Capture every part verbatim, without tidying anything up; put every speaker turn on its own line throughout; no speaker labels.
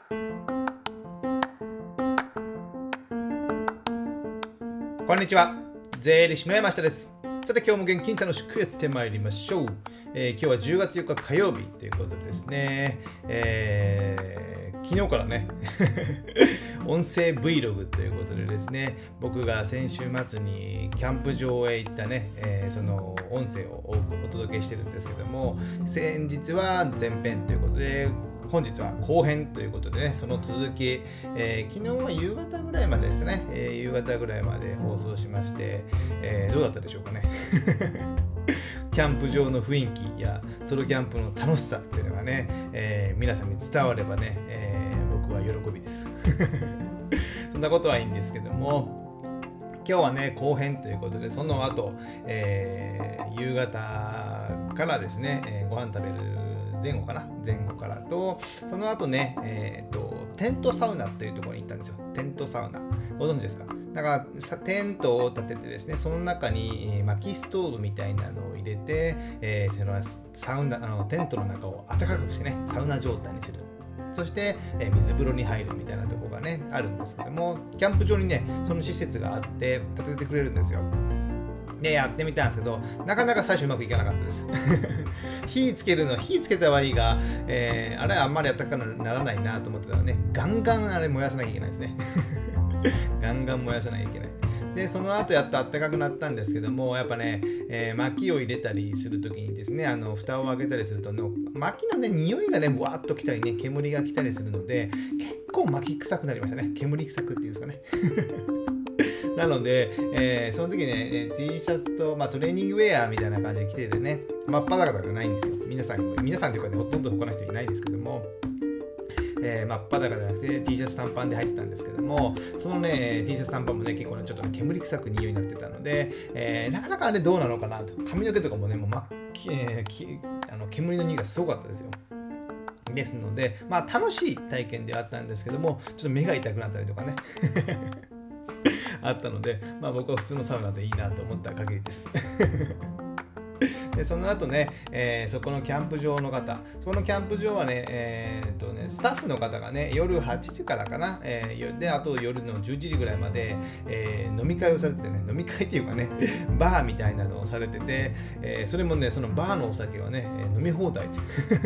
こんにちは、税理士の山下です。さて今日も元気に楽しくやってまいりましょう。えー、今日はじゅうがつよっか火曜日ということでですね、えー、昨日からね音声 Vlog ということでですね、僕が先週末にキャンプ場へ行ったね、えー、その音声をお届けしてるんですけども、先日は前編ということで、本日は後編ということでね、その続き、えー、昨日は夕方ぐらいまででしたね、えー、夕方ぐらいまで放送しまして、えー、どうだったでしょうかねキャンプ場の雰囲気やソロキャンプの楽しさっていうのがね、えー、皆さんに伝わればね、えー、僕は喜びですそんなことはいいんですけども、今日はね後編ということで、その後、えー、夕方からですね、えー、ご飯食べる前後かな前後からと、その後ね、えー、とテントサウナというところに行ったんですよ。テントサウナご存知ですか？だからテントを立ててですね、その中に、えー、薪ストーブみたいなのを入れて、えー、そのサウナあのテントの中を暖かくしてね、サウナ状態にする。そして、えー、水風呂に入るみたいなところがねあるんですけども、キャンプ場にねその施設があって建ててくれるんですよ。でやってみたんですけど、なかなか最初うまくいかなかったです火つけるの火つけたはいいが、えー、あれはあんまり暖かくならないなと思ってたらね、ガンガンあれ燃やさなきゃいけないですねガンガン燃やさなきゃいけない。でその後やっと暖かくなったんですけども、やっぱね、えー、薪を入れたりするときにですね、あの蓋を開けたりすると、ね、薪のね匂いがねぶわっときたりね、煙が来たりするので、結構薪臭くなりましたね。煙臭くっていうんですかねなので、えー、その時ね T シャツと、まあ、トレーニングウェアみたいな感じで着ててね、真っ裸じゃないんですよ。皆さん皆さんというかね、ほとんど他の人いないんですけども、えー、真っ裸じゃなくて T シャツ短パンで入ってたんですけども、そのね T シャツ短パンもね結構ねちょっとね煙臭く匂いになってたので、えー、なかなかあれどうなのかなと。髪の毛とかもねもう真っ、えー、あの煙の匂いがすごかったですよ。ですので、まあ楽しい体験ではあったんですけども、ちょっと目が痛くなったりとかねあったので、まあ僕は普通のサウナでいいなと思った限りですでその後ね、えー、そこのキャンプ場の方、そのキャンプ場はね、えー、っとねスタッフの方がね夜はちじからかな、えー、であと夜のじゅういちじぐらいまで、えー、飲み会をされててね、飲み会っていうかねバーみたいなのをされてて、えー、それもねそのバーのお酒はね飲み放題って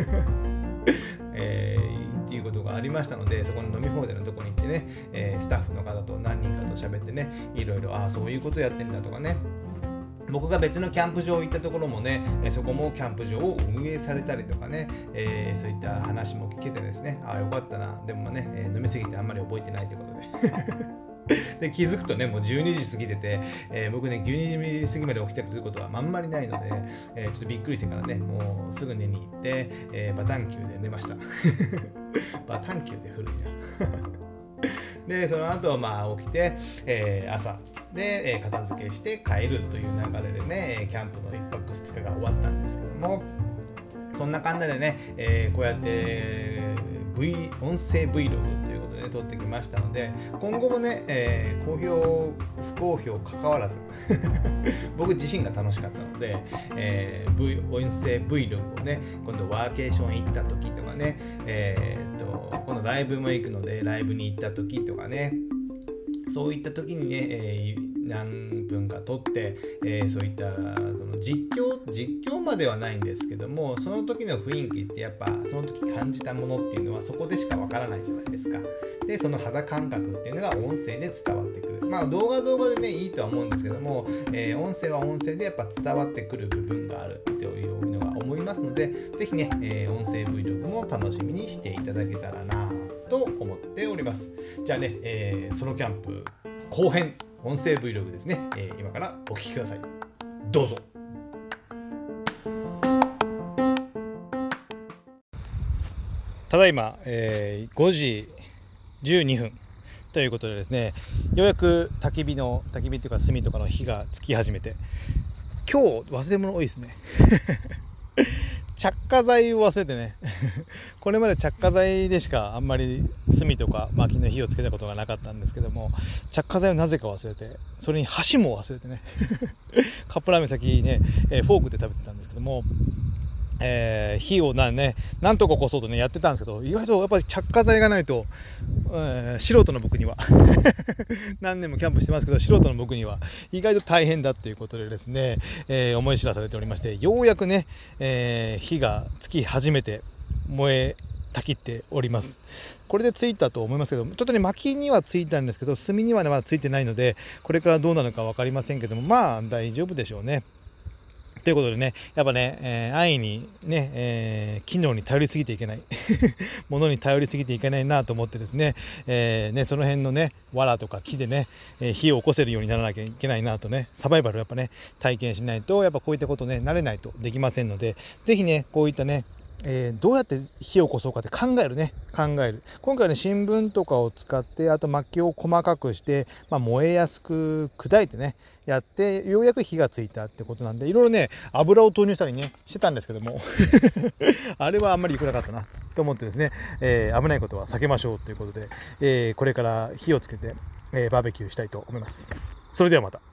えー、っていうことがありましたので、そこの飲み放題のところに行ってね、えー、スタッフの方と何人かと喋ってね、いろいろああそういうことやってんだとかね、僕が別のキャンプ場行ったところもね、そこもキャンプ場を運営されたりとかね、えー、そういった話も聞けてですね、ああよかったな、でもね飲みすぎてあんまり覚えてないということでで気づくとねもうじゅうにじ過ぎてて、えー、僕ねじゅうにじ過ぎまで起きてくることはあんまりないので、えー、ちょっとびっくりしてからねもうすぐ寝に行って、えー、バタンキューで寝ましたバタンキューで古いなでその後まあ起きて、えー、朝で、えー、片付けして帰るという流れでねキャンプのいっぱくふつかが終わったんですけども、そんな感じでね、えー、こうやって V 音声 Vlog ということで、ね、撮ってきましたので、今後もね、えー、好評不好評かかわらず僕自身が楽しかったので、えー、v 音声 Vlog をね今度ワーケーション行った時とかね、えー、っと今度ライブも行くのでライブに行った時とかね、そういった時にね、えー、何分か撮って、えー、そういったその実況実況まではないんですけども、その時の雰囲気ってやっぱその時感じたものっていうのはそこでしかわからないじゃないですか。でその肌感覚っていうのが音声で伝わってくる。まあ動画動画でねいいとは思うんですけども、えー、音声は音声でやっぱ伝わってくる部分があるというのが思いますので、ぜひね、えー、音声 Vlog も楽しみにしていただけたらなと思っております。じゃあね、えー、ソロキャンプ後編音声 Vlog ですね、えー、今からお聞きください。どうぞ。ただいま、えー、ごじじゅうにふんということでですね、ようやく焚き火の焚き火というか炭とかの火がつき始めて、今日忘れ物多いですね着火剤を忘れてねこれまで着火剤でしかあんまり炭とか薪の火をつけたことがなかったんですけども、着火剤をなぜか忘れて、それに箸も忘れてねカップラーメン先ねフォークで食べてたんですけども、 えー、火をな,、ね、なんとか起こそうとねやってたんですけど、意外とやっぱり着火剤がないと、えー、素人の僕には何年もキャンプしてますけど、素人の僕には意外と大変だっていうことでですね、えー、思い知らされておりまして、ようやくね、えー、火がつき始めて燃えたきっております。これでついたと思いますけど、ちょっとね薪にはついたんですけど、炭にはねまだついてないので、これからどうなるか分かりませんけども、まあ大丈夫でしょうね。ということでね、やっぱね、えー、安易にね、えー、機能に頼りすぎていけない物に頼りすぎていけないなと思ってですね、えー、ねその辺のね藁とか木でね、えー、火を起こせるようにならなきゃいけないなとね、サバイバルやっぱね体験しないと、やっぱこういったことね慣れないとできませんので、ぜひねこういったねえー、どうやって火を起こそうかって考えるね考える今回ね新聞とかを使って、あと薪を細かくして、まあ、燃えやすく砕いてねやって、ようやく火がついたってことなんで、いろいろね油を投入したりねしてたんですけどもあれはあんまり良くなかったなと思ってですね、えー、危ないことは避けましょうということで、えー、これから火をつけて、えー、バーベキューしたいと思います。それではまた。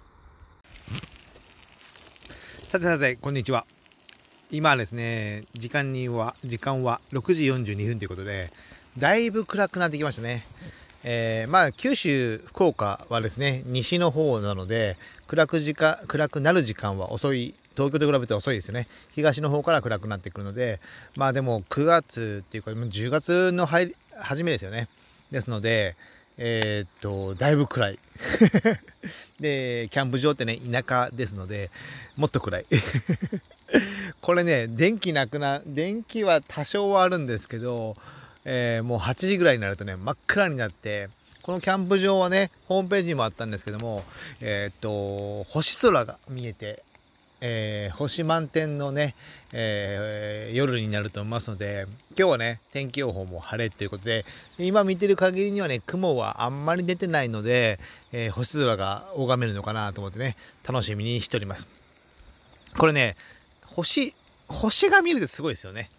さてさて、こんにちは。今ですね、時間には時間はろくじよんじゅうにふんということで、だいぶ暗くなってきましたね。えー、まあ九州福岡はですね西の方なので、暗く時間暗くなる時間は遅い、東京と比べて遅いですね。東の方から暗くなってくるので、まあでもくがつっていうかじゅうがつの入り初めですよね。ですので、えー、っとだいぶ暗いでキャンプ場ってね田舎ですので、もっと暗いこれね電気なくな電気は多少はあるんですけど、えー、もうはちじぐらいになるとね真っ暗になって、このキャンプ場はねホームページにもあったんですけども、えー、っと星空が見えて、えー、星満点のね、えー、夜になると思いますので、今日はね天気予報も晴れということで、今見てる限りにはね雲はあんまり出てないので、えー、星空が拝めるのかなと思ってね楽しみにしております。これね星星が見るってすごいですよね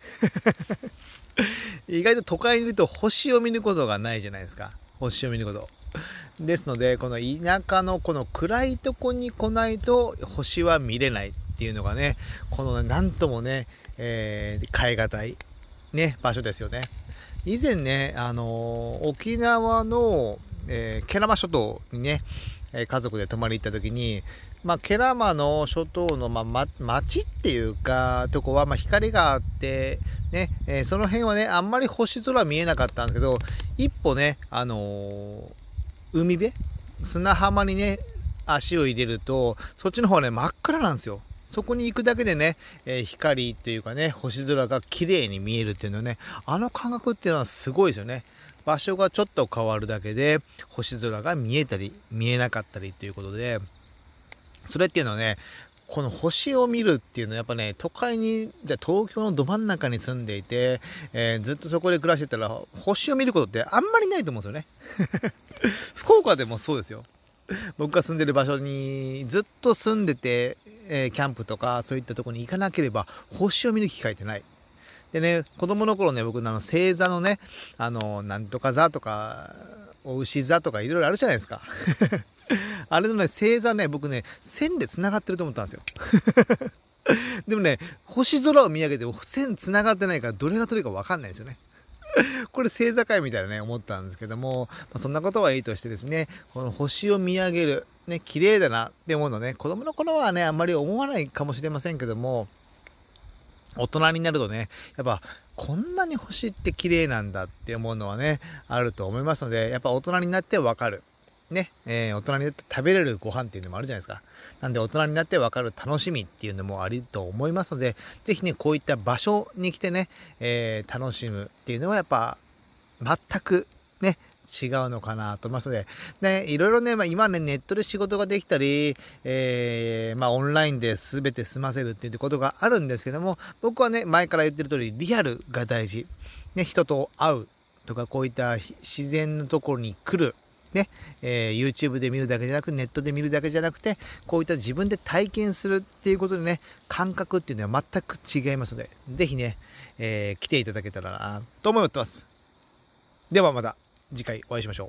意外と都会にいると星を見ることがないじゃないですか。星を見ることですので、この田舎のこの暗いとこに来ないと星は見れないっていうのがね、このなんともね、えー、変え難いね場所ですよね。以前ね、あのー、沖縄の、えー、慶良間諸島にね家族で泊まり行った時に、まあ、慶良間の諸島の、まあま、町っていうかとこは、まあ、光があってね、えー、その辺はねあんまり星空見えなかったんですけど、一歩ね、あのー、海辺砂浜にね足を入れると、そっちの方はね真っ暗なんですよ。そこに行くだけでね、えー、光っていうかね星空が綺麗に見えるっていうのはね、あの感覚っていうのはすごいですよね。場所がちょっと変わるだけで星空が見えたり見えなかったりということで、それっていうのはね、この星を見るっていうのはやっぱね、都会にじゃ東京のど真ん中に住んでいて、えー、ずっとそこで暮らしてたら星を見ることってあんまりないと思うんですよね福岡でもそうですよ。僕が住んでる場所にずっと住んでて、えー、キャンプとかそういったところに行かなければ星を見る機会ってない。でね、子供の頃ね、僕のあの星座のね、あのなんとか座とかお牛座とかいろいろあるじゃないですかあれのね星座ね、僕ね線でつながってると思ったんですよでもね星空を見上げても線つながってないから、どれがどれか分かんないですよねこれ星座界みたいなね思ったんですけども、まあ、そんなことはいいとしてですね、この星を見上げるね、綺麗だなって思うのね、子供の頃はねあんまり思わないかもしれませんけども、大人になるとねやっぱこんなに星って綺麗なんだって思うのはねあると思いますので、やっぱ大人になって分かるね、えー、大人になって食べれるご飯っていうのもあるじゃないですか。なんで大人になって分かる楽しみっていうのもあると思いますので、ぜひねこういった場所に来てね、えー、楽しむっていうのはやっぱ全くね違うのかなと思いますので、ね、いろいろね、まあ、今ねネットで仕事ができたり、えーまあ、オンラインで全て済ませるっていうことがあるんですけども、僕はね前から言ってる通りリアルが大事、ね、人と会うとか、こういった自然のところに来るね、えー、YouTube で見るだけじゃなく、ネットで見るだけじゃなくて、こういった自分で体験するっていうことでね、感覚っていうのは全く違いますので、ぜひね、えー、来ていただけたらなと思ってます。ではまた次回お会いしましょう。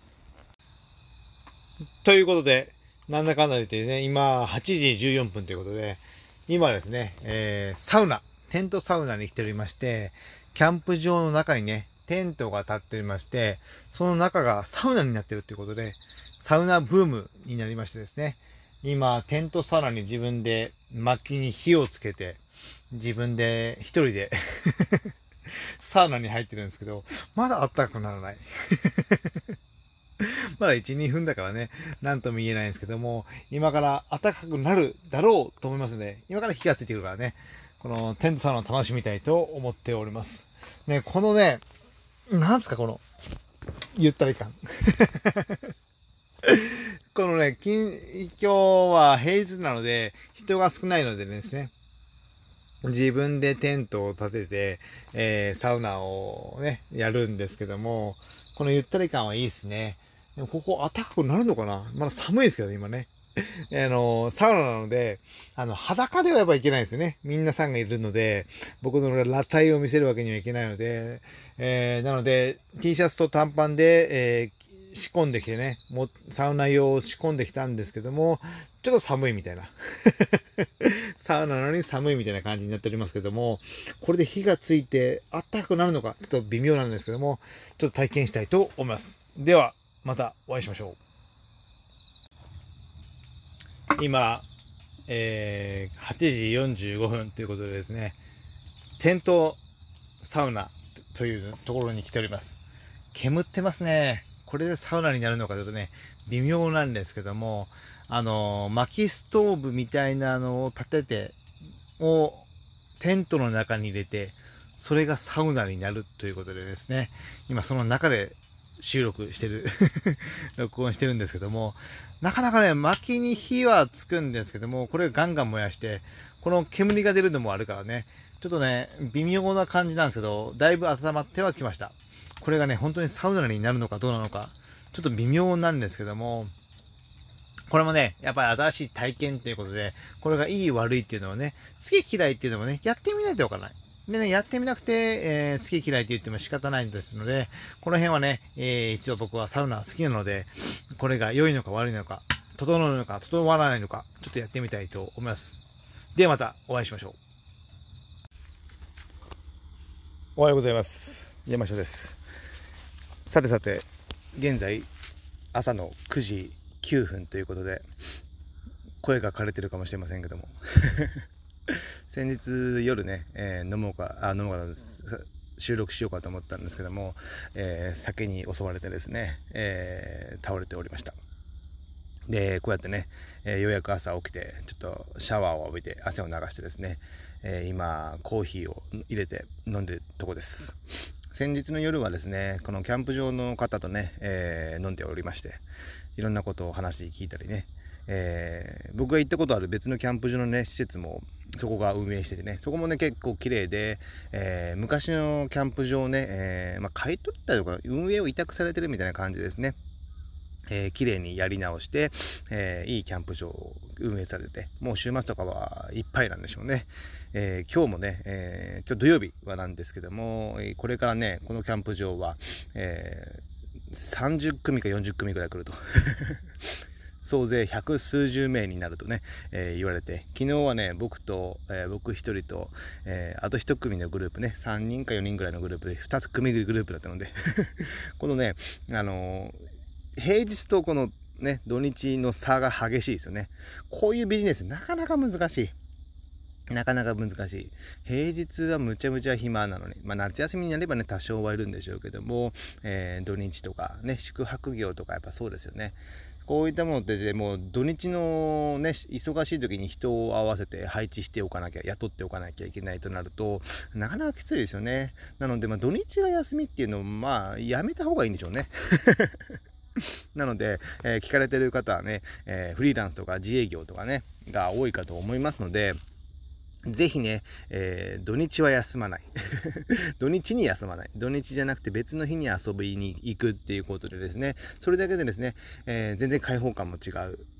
ということで、なんだかんだ言ってね、今はちじじゅうよんぷんということで、今ですね、えー、サウナ、 テントサウナに来ておりまして、キャンプ場の中にね、テントが立っておりまして、その中がサウナになっているということで、サウナブームになりましてですね、今、テントサウナに自分で薪に火をつけて、自分で一人でサウナに入ってるんですけど、まだ暖かくならない。まだいち、にふんだからね、なんとも言えないんですけども、今から暖かくなるだろうと思いますので、今から火がついてくるからね、このテントサウナを楽しみたいと思っております。ね、このね、なんすかこの、ゆったり感。このね、近今日は平日なので、人が少ないのでですね、自分でテントを立てて、えー、サウナをね、やるんですけども、このゆったり感はいいですね。でもここ暖かくなるのかな？まだ寒いですけどね、今ね。あの、サウナなので、あの、裸ではやっぱいけないんですよね。みんなさんがいるので、僕の裸体を見せるわけにはいけないので、えー、なので、T シャツと短パンで、えー、仕込んできてね、もサウナ用を仕込んできたんですけども、ちょっと寒いみたいな。サウナなのに寒いみたいな感じになっておりますけども、これで火がついて暖かくなるのか、ちょっと微妙なんですけども、ちょっと体験したいと思います。では、またお会いしましょう。今、えー、はちじよんじゅうごふんということでですね、テントサウナというところに来ております。煙ってますね。これでサウナになるのかというとね、微妙なんですけども、あの、薪ストーブみたいなのを立てて、をテントの中に入れて、それがサウナになるということでですね、今その中で収録してる、録音してるんですけども、なかなかね、薪に火はつくんですけども、これガンガン燃やして、この煙が出るのもあるからね、ちょっとね、微妙な感じなんですけど、だいぶ温まってはきました。これがね、本当にサウナになるのかどうなのか、ちょっと微妙なんですけども、これもね、やっぱり新しい体験ということで、これがいい悪いっていうのはね、好き嫌いっていうのもね、やってみないとわからない。でね、やってみなくて、えー、好き嫌いって言っても仕方ないんですので、この辺はね、えー、一応僕はサウナ好きなので、これが良いのか悪いのか、整うのか整わないのか、ちょっとやってみたいと思います。ではまたお会いしましょう。おはようございます。山下です。さてさて、現在、朝のくじきゅうふんということで、声が枯れてるかもしれませんけども。先日夜ね、えー、飲もうか、あ、飲もうか、収録しようかと思ったんですけども、えー、酒に襲われてですね、えー、倒れておりました。で、こうやってね、えー、ようやく朝起きて、ちょっとシャワーを浴びて汗を流してですね、えー、今、コーヒーを入れて飲んでるとこです。先日の夜はですね、このキャンプ場の方とね、えー、飲んでおりまして、いろんなことを話聞いたりね、えー、僕が行ったことある別のキャンプ場のね、施設もそこが運営しててね、そこもね結構綺麗で、えー、昔のキャンプ場をね、えーまあ、買い取ったりとか運営を委託されてるみたいな感じですね。えー、綺麗にやり直して、えー、いいキャンプ場を運営されて、もう週末とかはいっぱいなんでしょうね。えー、今日もね、えー、今日土曜日はなんですけども、これからねこのキャンプ場は、えー、さんじゅっくみかよんじゅっくみぐらい来ると総勢百数十名になるとね、えー、言われて、昨日はね僕と、えー、僕一人と、えー、あと一組のグループね、さんにんかよにんぐらいのグループでふたつ組グループだったのでこのねあのー、平日とこのね土日の差が激しいですよね。こういうビジネスなかなか難しい。なかなか難しい。平日はむちゃむちゃ暇なのに、まあ、夏休みになればね多少はいるんでしょうけども、えー、土日とかね宿泊業とかやっぱそうですよね。こういったものってもう土日のね忙しい時に人を合わせて配置しておかなきゃ、雇っておかなきゃいけないとなるとなかなかきついですよね。なのでまあ土日が休みっていうのをまあやめた方がいいんでしょうね。なので、えー、聞かれてる方はね、えー、フリーランスとか自営業とかねが多いかと思いますので、ぜひね、えー、土日は休まない土日に休まない、土日じゃなくて別の日に遊びに行くっていうことでですね、それだけでですね、えー、全然開放感も違う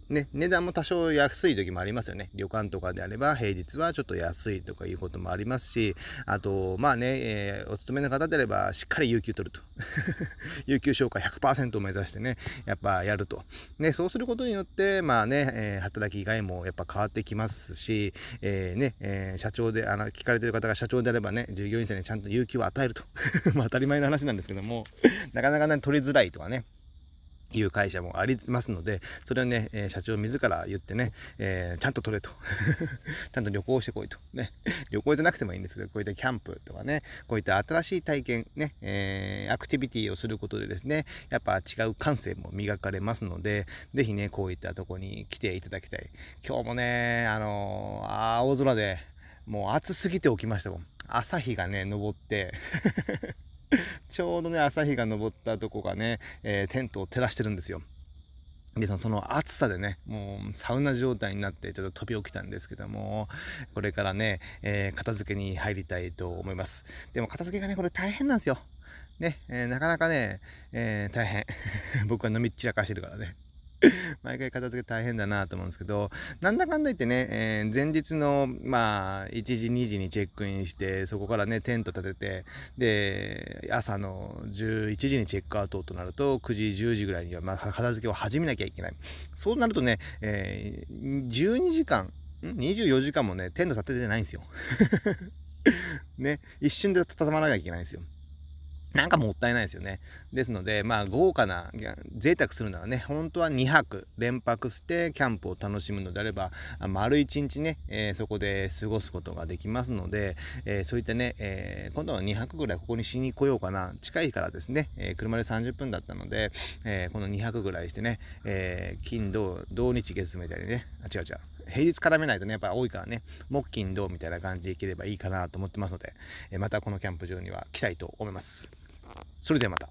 ね、値段も多少安い時もありますよね。旅館とかであれば平日はちょっと安いとかいうこともありますし、あとまあね、えー、お勤めの方であればしっかり有給取ると有給消化 ひゃくパーセント を目指してね、やっぱやると、ね、そうすることによってまあね、えー、働きがいもやっぱ変わってきますし、えーねえー、社長であの聞かれてる方が社長であればね、従業員さんにちゃんと有給を与えるとまあ当たり前の話なんですけども、なかなかね取りづらいとかねいう会社もありますので、それをね、えー、社長自ら言ってね、えー、ちゃんと取れとちゃんと旅行してこいとね、旅行じゃなくてもいいんですけど、こういったキャンプとかね、こういった新しい体験ね、えー、アクティビティをすることでですね、やっぱ違う感性も磨かれますので、ぜひねこういったとこに来ていただきたい。今日もね、あのー、青空でもう暑すぎて起きましたもん。朝日がね昇ってちょうどね朝日が昇ったとこがね、えー、テントを照らしてるんですよ。でその暑さでねもうサウナ状態になってちょっと飛び起きたんですけども、これからね、えー、片付けに入りたいと思います。でも片付けがねこれ大変なんですよね、えー、なかなかね、えー、大変僕は飲み散らかしてるからね毎回片付け大変だなと思うんですけど、なんだかんだ言ってね、えー、前日のまあいちじにじにチェックインして、そこからねテント立てて、で朝のじゅういちじにチェックアウトとなるとくじじゅうじぐらいにはまあ片付けを始めなきゃいけない。そうなるとね、えー、じゅうにじかんんにじゅうよじかんもねテント立ててないんですよね、一瞬で畳まなきゃいけないんですよ。なんかもったいないですよね。ですので、まあ豪華な贅沢するならね、本当はにはく連泊してキャンプを楽しむのであれば、丸いちにちね、えー、そこで過ごすことができますので、えー、そういったね、えー、今度はにはくぐらいここにしに来ようかな。近いからですね、えー、車でさんじゅっぷんだったので、えー、このにはくぐらいしてね、えー、金土土日月みたいにね、あ違う違う。平日絡めないとねやっぱ多いからね、木金土みたいな感じでいければいいかなと思ってますので、えー、またこのキャンプ場には来たいと思います。それではまた、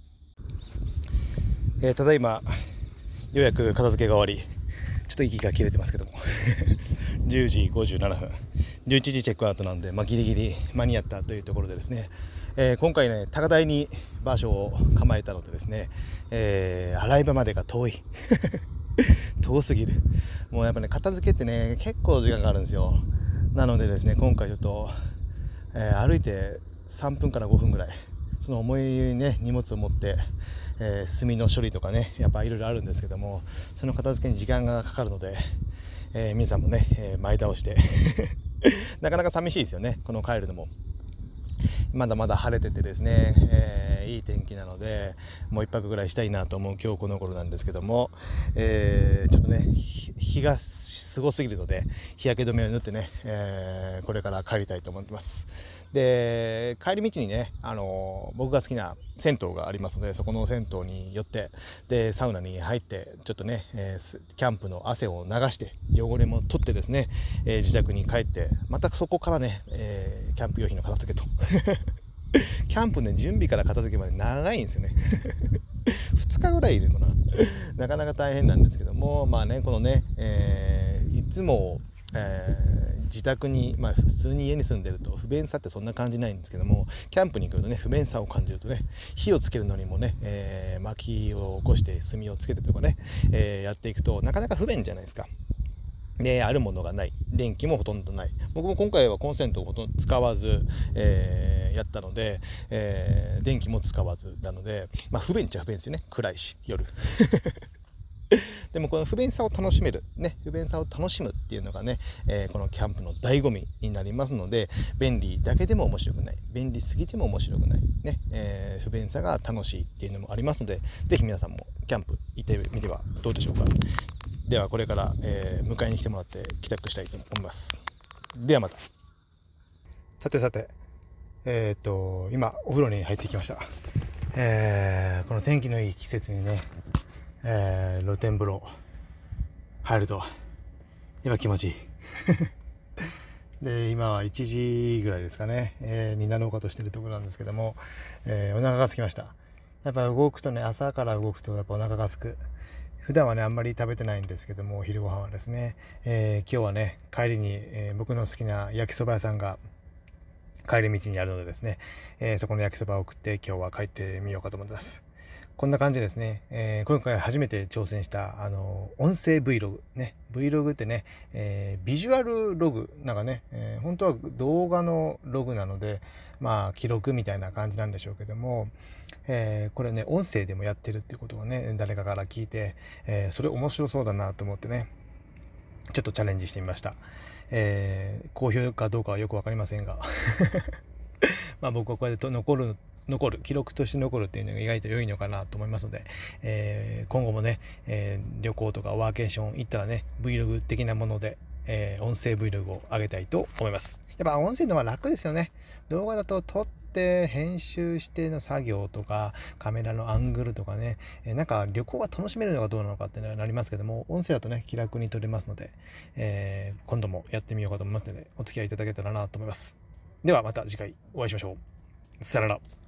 えー、ただいまようやく片付けが終わり、ちょっと息が切れてますけどもじゅうじごじゅうななふん、じゅういちじチェックアウトなんで、まあ、ギリギリ間に合ったというところでですね、えー、今回ね高台に場所を構えたのでですね、えー、洗い場までが遠い遠すぎる。もうやっぱね片付けってね結構時間がかかるんですよ。なのでですね今回ちょっと、えー、歩いてさんぷんからごふんぐらい、その重いね荷物を持って、えー、炭の処理とかねやっぱいろいろあるんですけども、その片付けに時間がかかるので、えー、皆さんもね、えー、前倒してなかなか寂しいですよね、この帰るのも。まだまだ晴れててですね、えー、いい天気なのでもう一泊ぐらいしたいなと思う今日この頃なんですけども、えー、ちょっとね日がすごすぎるので日焼け止めを塗ってね、えー、これから帰りたいと思ってます。で帰り道にね、あのー、僕が好きな銭湯がありますので、そこの銭湯に寄ってでサウナに入ってちょっとね、えー、キャンプの汗を流して汚れも取ってですね、えー、自宅に帰ってまたそこからね、えー、キャンプ用品の片付けとキャンプね準備から片付けまで長いんですよねふつかぐらいいるのかななかなか大変なんですけども、まあねこのね、えー、いつも、えー、自宅に、まあ、普通に家に住んでると不便さってそんな感じないんですけども、キャンプに来るとね不便さを感じるとね、火をつけるのにもね、えー、薪を起こして炭をつけてとかね、えー、やっていくとなかなか不便じゃないですか。であるものがない、電気もほとんどない。僕も今回はコンセントをほとんど使わず、えー、やったので、えー、電気も使わずなので、まあ、不便っちゃ不便ですよね、暗いし夜でもこの不便さを楽しめる、ね、不便さを楽しむっていうのがね、えー、このキャンプの醍醐味になりますので、便利だけでも面白くない、便利すぎても面白くない、ねえー、不便さが楽しいっていうのもありますので、ぜひ皆さんもキャンプ行ってみてはどうでしょうか。ではこれから、えー、迎えに来てもらって帰宅したいと思います。ではまた。さてさて、えー、っと今お風呂に入ってきました。えー、この天気のいい季節にね、えー、露天風呂入ると今気持ちいいで今はいちじぐらいですかね、えー、になろうかとしているところなんですけども、えー、お腹が空きました。やっぱ動くとね、朝から動くとやっぱお腹が空く。普段はねあんまり食べてないんですけども、お昼ご飯はですね、えー、今日はね帰りに、えー、僕の好きな焼きそば屋さんが帰り道にあるのでですね、えー、そこの焼きそばを食って今日は帰ってみようかと思います。 こんな感じですね、えー、今回初めて挑戦したあの音声 Vlog ね。 Vlog ってね、えー、ビジュアルログなんかね、えー、本当は動画のログなのでまあ記録みたいな感じなんでしょうけども、えー、これね音声でもやってるっていうことをね誰かから聞いて、えー、それ面白そうだなと思ってねちょっとチャレンジしてみました。えー、好評かどうかはよく分かりませんがまあ僕はこうやって残る残る記録として残るっていうのが意外と良いのかなと思いますので、えー、今後もね、えー、旅行とかワーケーション行ったらね Vlog 的なもので、えー、音声 Vlog を上げたいと思います。やっぱ音声の方が楽ですよね。動画だと撮って編集しての作業とかカメラのアングルとかね、えー、なんか旅行が楽しめるのかどうなのかっていうのはなりますけども、音声だとね気楽に撮れますので、えー、今度もやってみようかと思いますのでお付き合いいただけたらなと思います。ではまた次回お会いしましょう。さよなら。